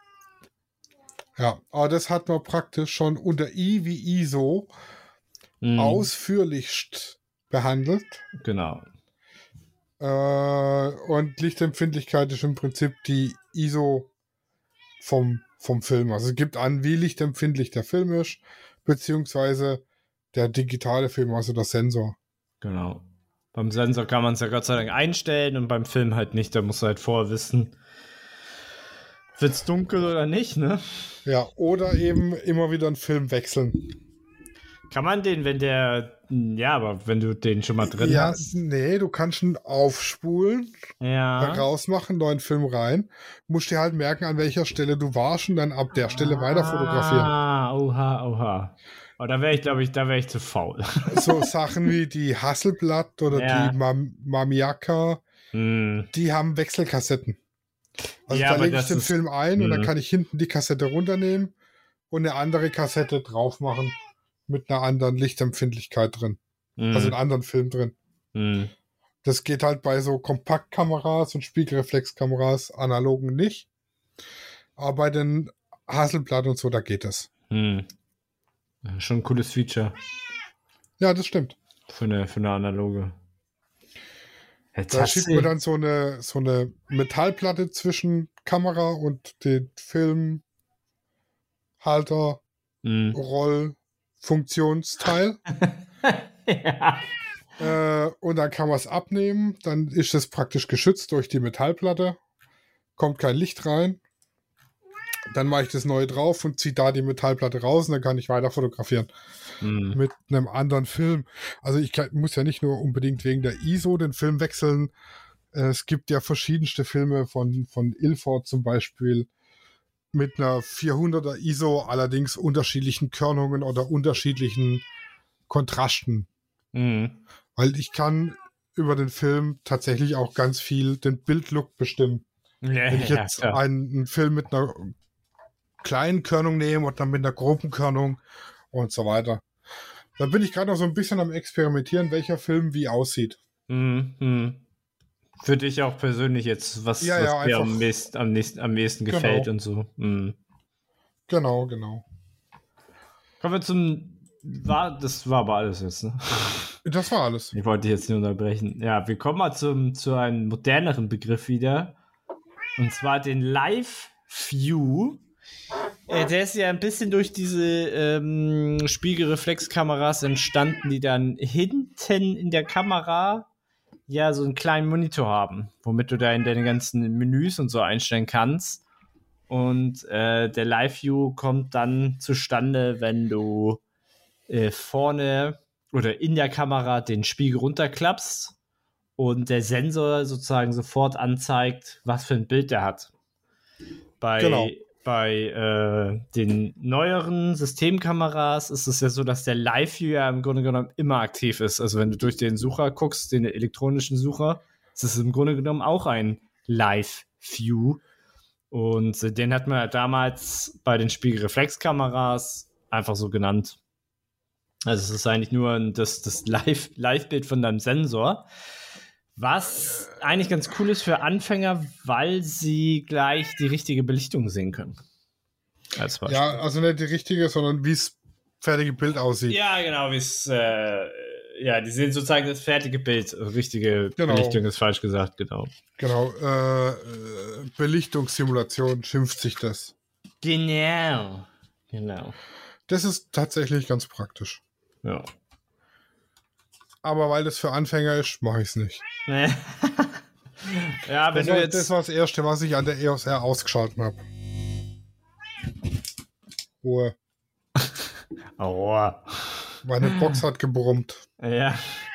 Speaker 2: Ja, aber das hat man praktisch schon unter I wie I S O
Speaker 3: Mhm.
Speaker 2: ausführlichst behandelt.
Speaker 3: Genau.
Speaker 2: Äh, und Lichtempfindlichkeit ist im Prinzip die I S O vom, vom Film. Also es gibt an, wie lichtempfindlich der Film ist, beziehungsweise der digitale Film, also der Sensor.
Speaker 3: Genau. Beim Sensor kann man es ja Gott sei Dank einstellen und beim Film halt nicht. Da musst du halt vorher wissen, wird es dunkel oder nicht, ne?
Speaker 2: Ja, oder eben immer wieder einen Film wechseln.
Speaker 3: Kann man den, wenn der, ja, aber wenn du den schon mal drin
Speaker 2: Ja,
Speaker 3: hast.
Speaker 2: nee, du kannst ihn aufspulen,
Speaker 3: Ja.
Speaker 2: rausmachen, neuen Film rein. Musst dir halt merken, an welcher Stelle du warst und dann ab der Stelle weiter fotografieren.
Speaker 3: Ah, oha, oha. Aber da wäre ich, glaube ich, da wäre ich zu faul.
Speaker 2: So Sachen wie die Hasselblad oder
Speaker 3: Ja.
Speaker 2: die Mam Mamiaka,
Speaker 3: Hm.
Speaker 2: die haben Wechselkassetten. Also
Speaker 3: Ja,
Speaker 2: da
Speaker 3: aber
Speaker 2: lege ich
Speaker 3: das
Speaker 2: den
Speaker 3: ist-
Speaker 2: Film ein und dann
Speaker 3: Mhm.
Speaker 2: kann ich hinten die Kassette runternehmen und eine andere Kassette drauf machen mit einer anderen Lichtempfindlichkeit drin.
Speaker 3: Hm.
Speaker 2: Also einen anderen Film drin.
Speaker 3: Hm.
Speaker 2: Das geht halt bei so Kompaktkameras und Spiegelreflexkameras analogen nicht. Aber bei den Hasselblad und so, da geht es.
Speaker 3: Hm. Ja, schon ein cooles Feature
Speaker 2: Ja, das stimmt.
Speaker 3: für eine, für eine analoge. Jetzt
Speaker 2: Da
Speaker 3: hast
Speaker 2: schiebt
Speaker 3: du-
Speaker 2: man dann so eine, so eine Metallplatte zwischen Kamera und den Filmhalter,
Speaker 3: Hm.
Speaker 2: Rollfunktionsteil.
Speaker 3: Ja.
Speaker 2: Äh, und dann kann man es abnehmen. Dann ist es praktisch geschützt durch die Metallplatte. Kommt kein Licht rein. Dann mache ich das neu drauf und ziehe da die Metallplatte raus und dann kann ich weiter fotografieren
Speaker 3: Hm.
Speaker 2: mit einem anderen Film. Also ich kann, muss ja nicht nur unbedingt wegen der I S O den Film wechseln. Äh, es gibt ja verschiedenste Filme von, von Ilford zum Beispiel mit einer vierhunderter I S O, allerdings unterschiedlichen Körnungen oder unterschiedlichen Kontrasten.
Speaker 3: Hm.
Speaker 2: Weil ich kann über den Film tatsächlich auch ganz viel den Bildlook bestimmen.
Speaker 3: Ja,
Speaker 2: Wenn ich
Speaker 3: ja,
Speaker 2: jetzt
Speaker 3: klar.
Speaker 2: einen, einen Film mit einer kleinen Körnung nehme und dann mit einer groben Körnung und so weiter. Da bin ich gerade noch so ein bisschen am Experimentieren, welcher Film wie aussieht.
Speaker 3: Hm, hm. Für dich auch persönlich jetzt, was,
Speaker 2: Ja,
Speaker 3: was
Speaker 2: ja,
Speaker 3: dir
Speaker 2: einfach-
Speaker 3: am, nächsten, am, nächsten, am ehesten
Speaker 2: Genau.
Speaker 3: gefällt und so. Hm.
Speaker 2: Genau, genau.
Speaker 3: Kommen wir zum. War, das war aber alles jetzt, ne?
Speaker 2: Das war alles.
Speaker 3: Ich wollte dich jetzt nicht unterbrechen. Ja, wir kommen mal zum, zu einem moderneren Begriff wieder. Und zwar den Live View. Äh, der ist ja ein bisschen durch diese ähm, Spiegelreflexkameras entstanden, die dann hinten in der Kamera ja so einen kleinen Monitor haben, womit du da in deine ganzen Menüs und so einstellen kannst. Und äh, der Live-View kommt dann zustande, wenn du äh, vorne oder in der Kamera den Spiegel runterklappst und der Sensor sozusagen sofort anzeigt, was für ein Bild der hat. Bei,
Speaker 2: Genau.
Speaker 3: bei äh, den neueren Systemkameras ist es ja so, dass der Live-View ja im Grunde genommen immer aktiv ist. Also wenn du durch den Sucher guckst, den elektronischen Sucher, ist es im Grunde genommen auch ein Live-View. Und äh, den hat man ja damals bei den Spiegelreflexkameras einfach so genannt. Also es ist eigentlich nur ein, das, das Live, Live-Bild von deinem Sensor. Was eigentlich ganz cool ist für Anfänger, weil sie gleich die richtige Belichtung sehen können. Als Beispiel.
Speaker 2: Ja, also nicht die richtige, sondern wie es fertige Bild aussieht.
Speaker 3: Ja, genau, wie es, äh, ja, die sehen sozusagen das fertige Bild. Richtige
Speaker 2: Genau.
Speaker 3: Belichtung ist falsch gesagt, genau.
Speaker 2: Genau, äh, Belichtungssimulation schimpft sich das.
Speaker 3: Genau. Genau.
Speaker 2: Das ist tatsächlich ganz praktisch.
Speaker 3: Ja.
Speaker 2: Aber weil das für Anfänger ist, mache ich es nicht.
Speaker 3: Ja, wenn
Speaker 2: Das
Speaker 3: du
Speaker 2: war,
Speaker 3: jetzt.
Speaker 2: das war das Erste, was ich an der E O S R ausgeschalten habe. Ruhe.
Speaker 3: Oh.
Speaker 2: Meine Box hat gebrummt.
Speaker 3: Ja.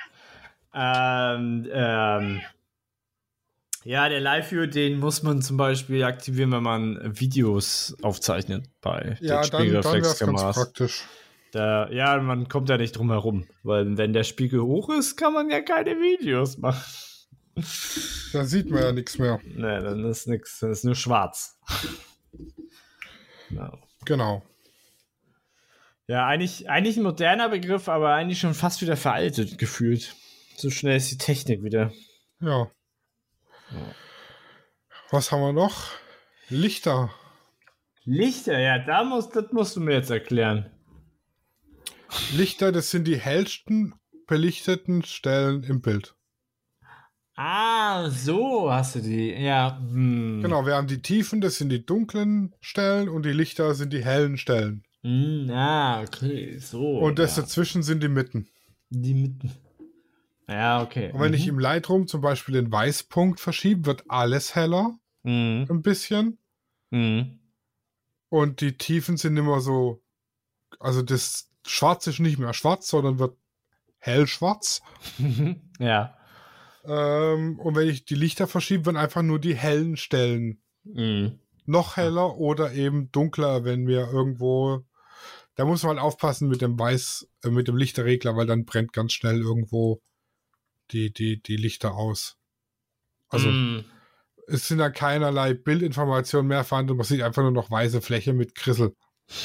Speaker 3: Ähm, ähm. Ja, der Live-View, den muss man zum Beispiel aktivieren, wenn man Videos aufzeichnet bei
Speaker 2: Ja,
Speaker 3: den
Speaker 2: dann, dann wäre es ganz
Speaker 3: Spiegelreflexkameras.
Speaker 2: praktisch.
Speaker 3: Da, ja, man kommt da nicht drum herum, weil wenn der Spiegel hoch ist, kann man ja keine Videos machen.
Speaker 2: Da sieht man ja nichts mehr.
Speaker 3: Ne, dann ist nichts, dann ist nur schwarz. Genau.
Speaker 2: Genau.
Speaker 3: Ja, eigentlich, eigentlich ein moderner Begriff, aber eigentlich schon fast wieder veraltet gefühlt. So schnell ist die Technik wieder.
Speaker 2: Ja.
Speaker 3: Ja.
Speaker 2: Was haben wir noch? Lichter.
Speaker 3: Lichter, ja, da muss, das musst du mir jetzt erklären.
Speaker 2: Lichter, das sind die hellsten belichteten Stellen im Bild.
Speaker 3: Ah, so hast du die. Ja. Hm.
Speaker 2: Genau, wir haben die Tiefen, das sind die dunklen Stellen und die Lichter sind die hellen Stellen.
Speaker 3: Hm, ah, okay, so.
Speaker 2: Und das
Speaker 3: ja.
Speaker 2: dazwischen sind die Mitten.
Speaker 3: Die Mitten. Ja, okay.
Speaker 2: Und wenn
Speaker 3: mhm.
Speaker 2: ich im Lightroom zum Beispiel den Weißpunkt verschiebe, wird alles heller,
Speaker 3: Mhm.
Speaker 2: ein bisschen.
Speaker 3: Mhm.
Speaker 2: Und die Tiefen sind immer so, also das Schwarz ist nicht mehr schwarz, sondern wird hellschwarz.
Speaker 3: Ja.
Speaker 2: Ähm, und wenn ich die Lichter verschiebe, werden einfach nur die hellen Stellen
Speaker 3: Mhm.
Speaker 2: noch heller oder eben dunkler, wenn wir irgendwo, da muss man halt aufpassen mit dem Weiß, äh, mit dem Lichterregler, weil dann brennt ganz schnell irgendwo die, die, die Lichter aus. Also
Speaker 3: Mhm.
Speaker 2: es sind da keinerlei Bildinformationen mehr vorhanden, man sieht einfach nur noch weiße Fläche mit Krissel.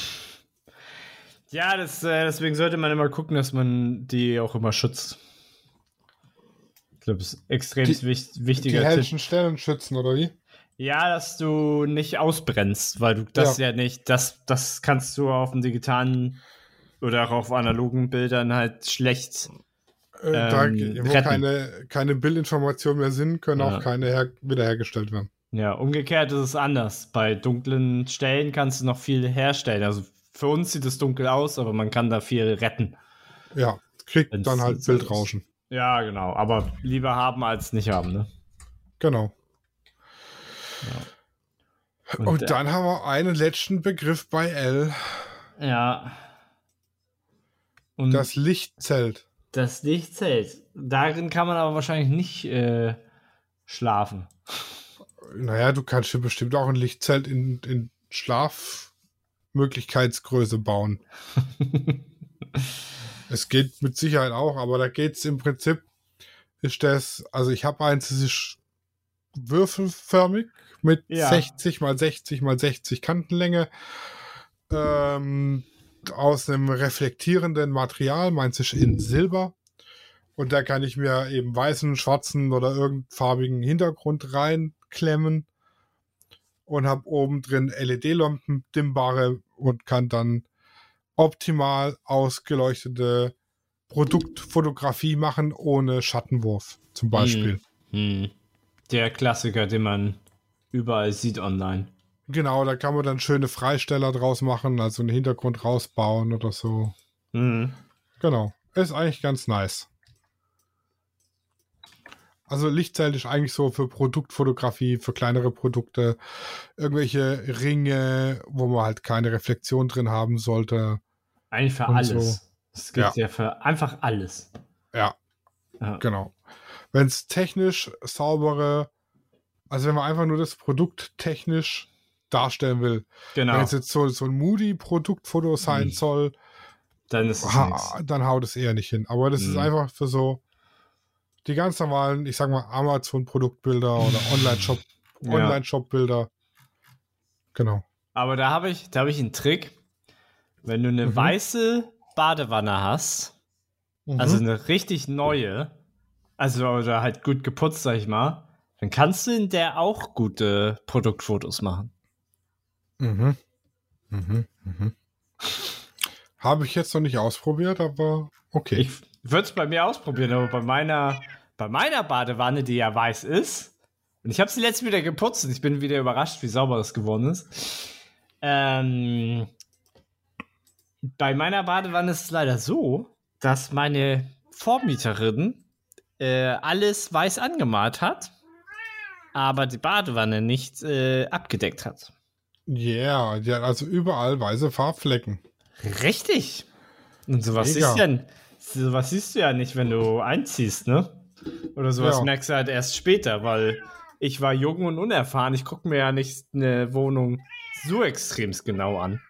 Speaker 3: Ja, das, äh, deswegen sollte man immer gucken, dass man die auch immer schützt. Ich glaube, das ist extrem
Speaker 2: Die-
Speaker 3: wichtig,
Speaker 2: Die
Speaker 3: wichtiger
Speaker 2: hellsten
Speaker 3: Tipp.
Speaker 2: Stellen schützen, oder wie?
Speaker 3: Ja, dass du nicht ausbrennst, weil du das ja, nicht, das, das kannst du auf dem digitalen oder auch auf analogen Bildern halt schlecht.
Speaker 2: Äh, da,
Speaker 3: Ähm,
Speaker 2: wo
Speaker 3: retten.
Speaker 2: keine, keine Bildinformationen mehr sind, können
Speaker 3: Ja.
Speaker 2: auch keine her wiederhergestellt werden.
Speaker 3: Ja, umgekehrt ist es anders. Bei dunklen Stellen kannst du noch viel herstellen. Also für uns sieht es dunkel aus, aber man kann da viel retten.
Speaker 2: Ja, kriegt
Speaker 3: Wenn's
Speaker 2: dann halt
Speaker 3: so ist.
Speaker 2: Bildrauschen.
Speaker 3: Ja, genau. Aber lieber haben als nicht haben, ne?
Speaker 2: Genau.
Speaker 3: Und,
Speaker 2: Und
Speaker 3: äh,
Speaker 2: dann haben wir einen letzten Begriff bei L,
Speaker 3: Ja. Und
Speaker 2: das Lichtzelt.
Speaker 3: das Lichtzelt. Darin kann man aber wahrscheinlich nicht äh, schlafen.
Speaker 2: Naja, du kannst dir bestimmt auch ein Lichtzelt in, in Schlafmöglichkeitsgröße bauen. Es geht mit Sicherheit auch, aber da geht es im Prinzip, ist das, also ich habe eins, das ist würfelförmig mit
Speaker 3: Ja.
Speaker 2: sechzig mal sechzig mal sechzig Kantenlänge, ähm, aus einem reflektierenden Material, meins ist in Silber. Und da kann ich mir eben weißen, schwarzen oder irgendeinen farbigen Hintergrund reinklemmen und habe oben drin L E D-Lampen, dimmbare, und kann dann optimal ausgeleuchtete Produktfotografie machen, ohne Schattenwurf zum Beispiel.
Speaker 3: Hm. Der Klassiker, den man überall sieht online.
Speaker 2: Genau, da kann man dann schöne Freisteller draus machen, also einen Hintergrund rausbauen oder so.
Speaker 3: Hm.
Speaker 2: Genau, ist eigentlich ganz nice. Also Lichtzelt ist eigentlich so für Produktfotografie, für kleinere Produkte, irgendwelche Ringe, wo man halt keine Reflexion drin haben sollte.
Speaker 3: Eigentlich für
Speaker 2: Und
Speaker 3: alles.
Speaker 2: so.
Speaker 3: Es gibt ja.
Speaker 2: Ja.
Speaker 3: für einfach alles.
Speaker 2: Ja,
Speaker 3: Ja.
Speaker 2: genau. Wenn es technisch saubere, also wenn man einfach nur das Produkt technisch darstellen will,
Speaker 3: Genau.
Speaker 2: wenn es jetzt so, so ein Moody-Produktfoto sein
Speaker 3: Mhm.
Speaker 2: soll,
Speaker 3: Dann ist es
Speaker 2: ha,
Speaker 3: nichts.
Speaker 2: dann haut es eher nicht hin. Aber das
Speaker 3: Mhm.
Speaker 2: ist einfach für so die ganz normalen, ich sag mal, Amazon-Produktbilder oder Online-Shop,
Speaker 3: Ja.
Speaker 2: Online-Shop-Bilder. Genau.
Speaker 3: Aber da habe ich, da habe ich einen Trick. Wenn du eine
Speaker 2: Mhm.
Speaker 3: weiße Badewanne hast,
Speaker 2: Mhm.
Speaker 3: also eine richtig neue, also oder halt gut geputzt, sag ich mal, dann kannst du in der auch gute Produktfotos machen.
Speaker 2: Mhm. Mhm. Mhm. Habe ich jetzt noch nicht ausprobiert, aber okay.
Speaker 3: Ich würde es bei mir ausprobieren, aber bei meiner, bei meiner Badewanne, die ja weiß ist, und ich habe sie letztens wieder geputzt und ich bin wieder überrascht, wie sauber das geworden ist. Ähm, bei meiner Badewanne ist es leider so, dass meine Vormieterin äh, alles weiß angemalt hat, aber die Badewanne nicht äh, abgedeckt hat.
Speaker 2: Ja, yeah, die hat also überall weiße Farbflecken.
Speaker 3: Richtig. Und sowas
Speaker 2: Mega.
Speaker 3: siehst, du ja, sowas siehst du ja nicht, wenn du einziehst, ne? Oder sowas
Speaker 2: Ja.
Speaker 3: merkst du halt erst später, weil ich war jung und unerfahren. Ich gucke mir ja nicht eine Wohnung so extremst genau an.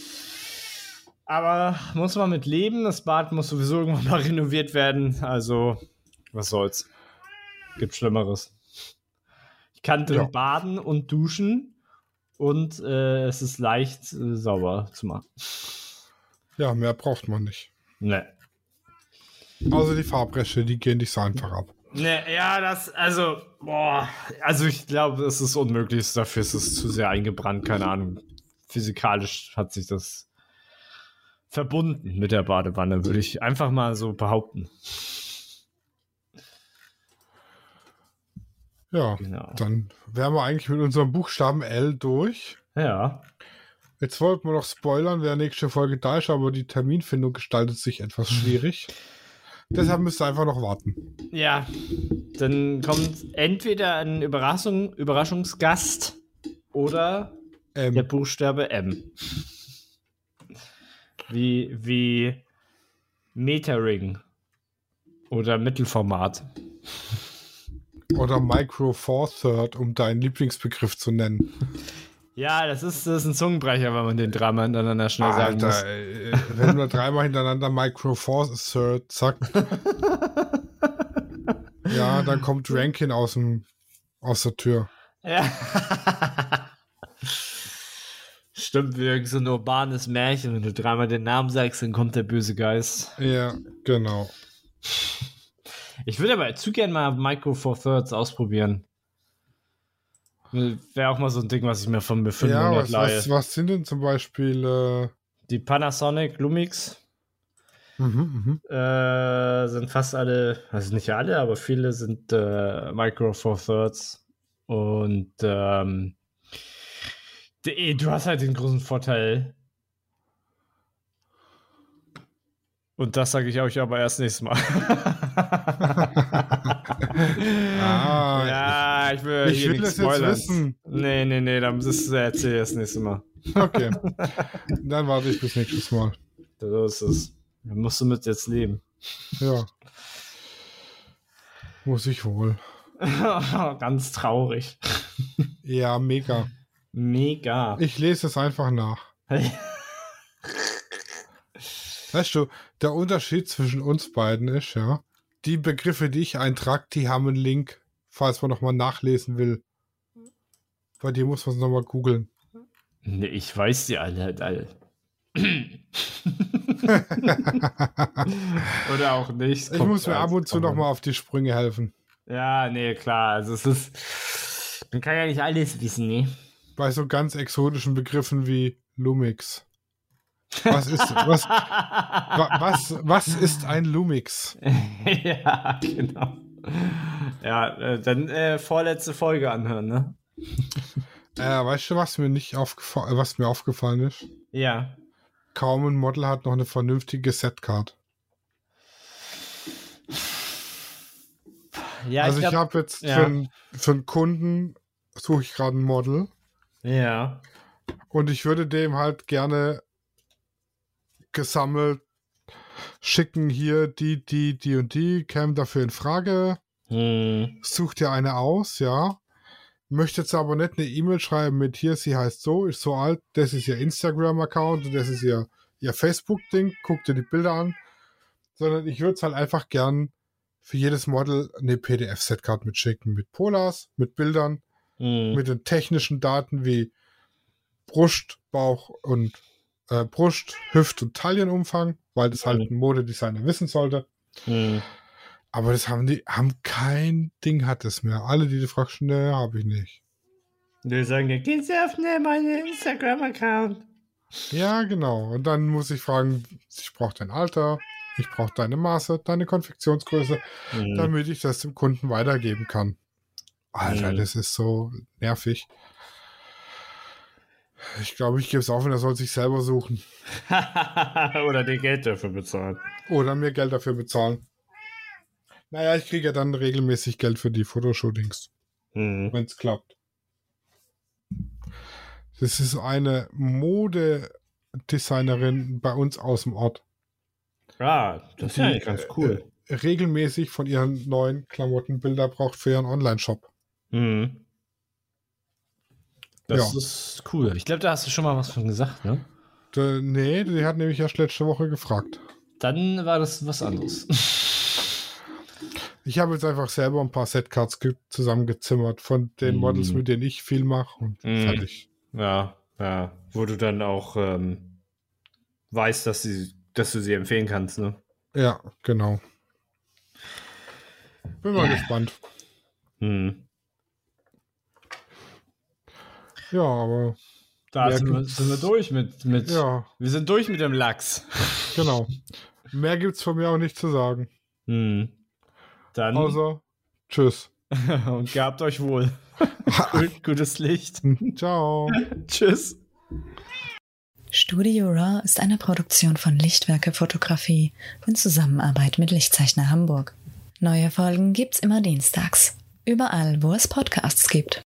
Speaker 3: Aber muss man mit leben. Das Bad muss sowieso irgendwann mal renoviert werden. Also, was soll's. Gibt Schlimmeres. Ich kann drin
Speaker 2: Ja.
Speaker 3: baden und duschen und äh, es ist leicht äh, sauber zu machen.
Speaker 2: Ja, mehr braucht man nicht.
Speaker 3: Ne.
Speaker 2: Also die Farbrechte, die gehen nicht so einfach ab.
Speaker 3: Ne, ja, das, also, boah, also ich glaube, es ist unmöglich, dafür ist es zu sehr eingebrannt, keine Ahnung. Physikalisch hat sich das verbunden mit der Badewanne, würde ich einfach mal so behaupten.
Speaker 2: Ja,
Speaker 3: Genau.
Speaker 2: dann wären wir eigentlich mit unserem Buchstaben L durch.
Speaker 3: Ja.
Speaker 2: Jetzt wollten wir noch spoilern, wer nächste Folge da ist, aber die Terminfindung gestaltet sich etwas schwierig. Deshalb müsst ihr einfach noch warten.
Speaker 3: Ja, dann kommt entweder ein Überraschung, Überraschungsgast oder
Speaker 2: Ähm,
Speaker 3: der Buchstabe M. Wie, wie Metering oder Mittelformat.
Speaker 2: Oder Micro Four Third, um deinen Lieblingsbegriff zu nennen.
Speaker 3: Ja, das ist, das ist ein Zungenbrecher, wenn man den dreimal hintereinander schnell sagen muss.
Speaker 2: Alter, äh, wenn du dreimal hintereinander Micro Four Third sagt, ja, dann kommt Rankin aus, dem, aus der Tür.
Speaker 3: Ja. Stimmt, wie irgend so ein urbanes Märchen. Wenn du dreimal den Namen sagst, dann kommt der böse Geist.
Speaker 2: Ja, genau.
Speaker 3: Ich würde aber zu gern mal Micro Four Thirds ausprobieren. Wäre auch mal so ein Ding, was ich mir von mir
Speaker 2: Ja,
Speaker 3: fünfhundert
Speaker 2: was,
Speaker 3: leihe.
Speaker 2: was, was sind denn zum Beispiel äh,
Speaker 3: Die Panasonic Lumix
Speaker 2: mhm, mhm.
Speaker 3: äh, sind fast alle, also nicht alle, aber viele sind äh, Micro Four Thirds. Und ähm, die, du hast halt den großen Vorteil. Und das sage ich euch aber erst nächstes Mal.
Speaker 2: Ah,
Speaker 3: ja, ich will,
Speaker 2: ich
Speaker 3: hier
Speaker 2: will
Speaker 3: nichts
Speaker 2: das jetzt
Speaker 3: spoilern.
Speaker 2: wissen.
Speaker 3: Nee, nee, nee, dann müsstest du erzählen das nächste Mal.
Speaker 2: Okay. Dann warte ich bis nächstes Mal.
Speaker 3: So ist es. Dann musst du mit jetzt leben.
Speaker 2: Ja. Muss ich wohl.
Speaker 3: Ganz traurig.
Speaker 2: Ja, mega.
Speaker 3: Mega.
Speaker 2: Ich lese es einfach nach. Weißt du, der Unterschied zwischen uns beiden ist, ja, die Begriffe, die ich eintrage, die haben einen Link, falls man nochmal nachlesen will. Bei dir muss man es nochmal googeln.
Speaker 3: Nee, ich weiß die alle halt alle. Oder auch nicht.
Speaker 2: Ich muss mir ab und zu nochmal auf die Sprünge helfen.
Speaker 3: Ja, nee, klar. Also es ist. Man kann ja nicht alles wissen, ne?
Speaker 2: Bei so ganz exotischen Begriffen wie Lumix. Was ist, was, wa, was, was ist ein Lumix?
Speaker 3: Ja, genau. Ja, äh, dann äh, vorletzte Folge anhören, ne?
Speaker 2: Äh, weißt du, was mir nicht aufgefallen, was mir aufgefallen ist?
Speaker 3: Ja.
Speaker 2: Kaum ein Model hat noch eine vernünftige Setcard.
Speaker 3: ja.
Speaker 2: Also ich,
Speaker 3: ich
Speaker 2: ich habe jetzt
Speaker 3: ja.
Speaker 2: für, einen, für einen Kunden, suche ich gerade ein Model.
Speaker 3: Ja.
Speaker 2: Und ich würde dem halt gerne gesammelt schicken, hier die, die, die und die, kämen dafür in Frage.
Speaker 3: Hm.
Speaker 2: Such dir eine aus, ja. Möchte jetzt aber nicht eine E-Mail schreiben mit hier, sie heißt so, ist so alt, das ist ihr Instagram-Account und das ist ihr, ihr Facebook-Ding, guck dir die Bilder an. Sondern ich würde es halt einfach gern für jedes Model eine P D F-Setcard mitschicken. Mit Polars, mit Bildern,
Speaker 3: Hm.
Speaker 2: mit den technischen Daten wie Brust, Bauch und äh, Brust, Hüft- und Taillenumfang, weil das halt ein Modedesigner wissen sollte.
Speaker 3: Hm.
Speaker 2: Aber das haben die, haben kein Ding hat es mehr. Alle, die du fragst, ne, habe ich nicht.
Speaker 3: Die sagen dir, gehen Sie auf ne, meinen Instagram-Account.
Speaker 2: Ja, genau. Und dann muss ich fragen, ich brauche dein Alter, ich brauche deine Maße, deine Konfektionsgröße,
Speaker 3: Hm.
Speaker 2: damit ich das dem Kunden weitergeben kann. Alter,
Speaker 3: Hm.
Speaker 2: das ist so nervig. Ich glaube, ich gebe es auf und er soll sich selber suchen.
Speaker 3: Oder dir Geld dafür bezahlen.
Speaker 2: Oder mir Geld dafür bezahlen. Naja, ich kriege ja dann regelmäßig Geld für die Fotoshootings,
Speaker 3: Hm.
Speaker 2: wenn es klappt. Das ist eine Modedesignerin bei uns aus dem Ort.
Speaker 3: Ah, das ist ja eigentlich ganz cool.
Speaker 2: Äh, regelmäßig von ihren neuen Klamotten Bilder braucht für ihren Online-Shop.
Speaker 3: Hm. Das
Speaker 2: Ja.
Speaker 3: ist cool. Ich glaube, da hast du schon mal was von gesagt, ne?
Speaker 2: De, nee, die hat nämlich erst letzte Woche gefragt.
Speaker 3: Dann war das was anderes.
Speaker 2: Ich habe jetzt einfach selber ein paar Setcards ge- zusammengezimmert von den
Speaker 3: Mm.
Speaker 2: Models, mit denen ich viel mache und
Speaker 3: Mm.
Speaker 2: fertig.
Speaker 3: Ja, ja. Wo du dann auch ähm, weißt, dass, sie, dass du sie empfehlen kannst, ne?
Speaker 2: Ja, genau. Bin mal gespannt.
Speaker 3: Hm.
Speaker 2: Ja, aber
Speaker 3: Da
Speaker 2: Mehr
Speaker 3: sind wir,
Speaker 2: gibt's-
Speaker 3: sind wir durch mit, mit.
Speaker 2: ja,
Speaker 3: Wir sind durch mit dem Lachs.
Speaker 2: genau. Mehr gibt's von mir auch nicht zu sagen.
Speaker 3: Hm. Dann
Speaker 2: Außer tschüss.
Speaker 3: und gehabt euch wohl. Gut, gutes Licht.
Speaker 2: Ciao.
Speaker 3: Tschüss.
Speaker 1: Studio Raw ist eine Produktion von Lichtwerke Fotografie in Zusammenarbeit mit Lichtzeichner Hamburg. Neue Folgen gibt's immer dienstags. Überall, wo es Podcasts gibt.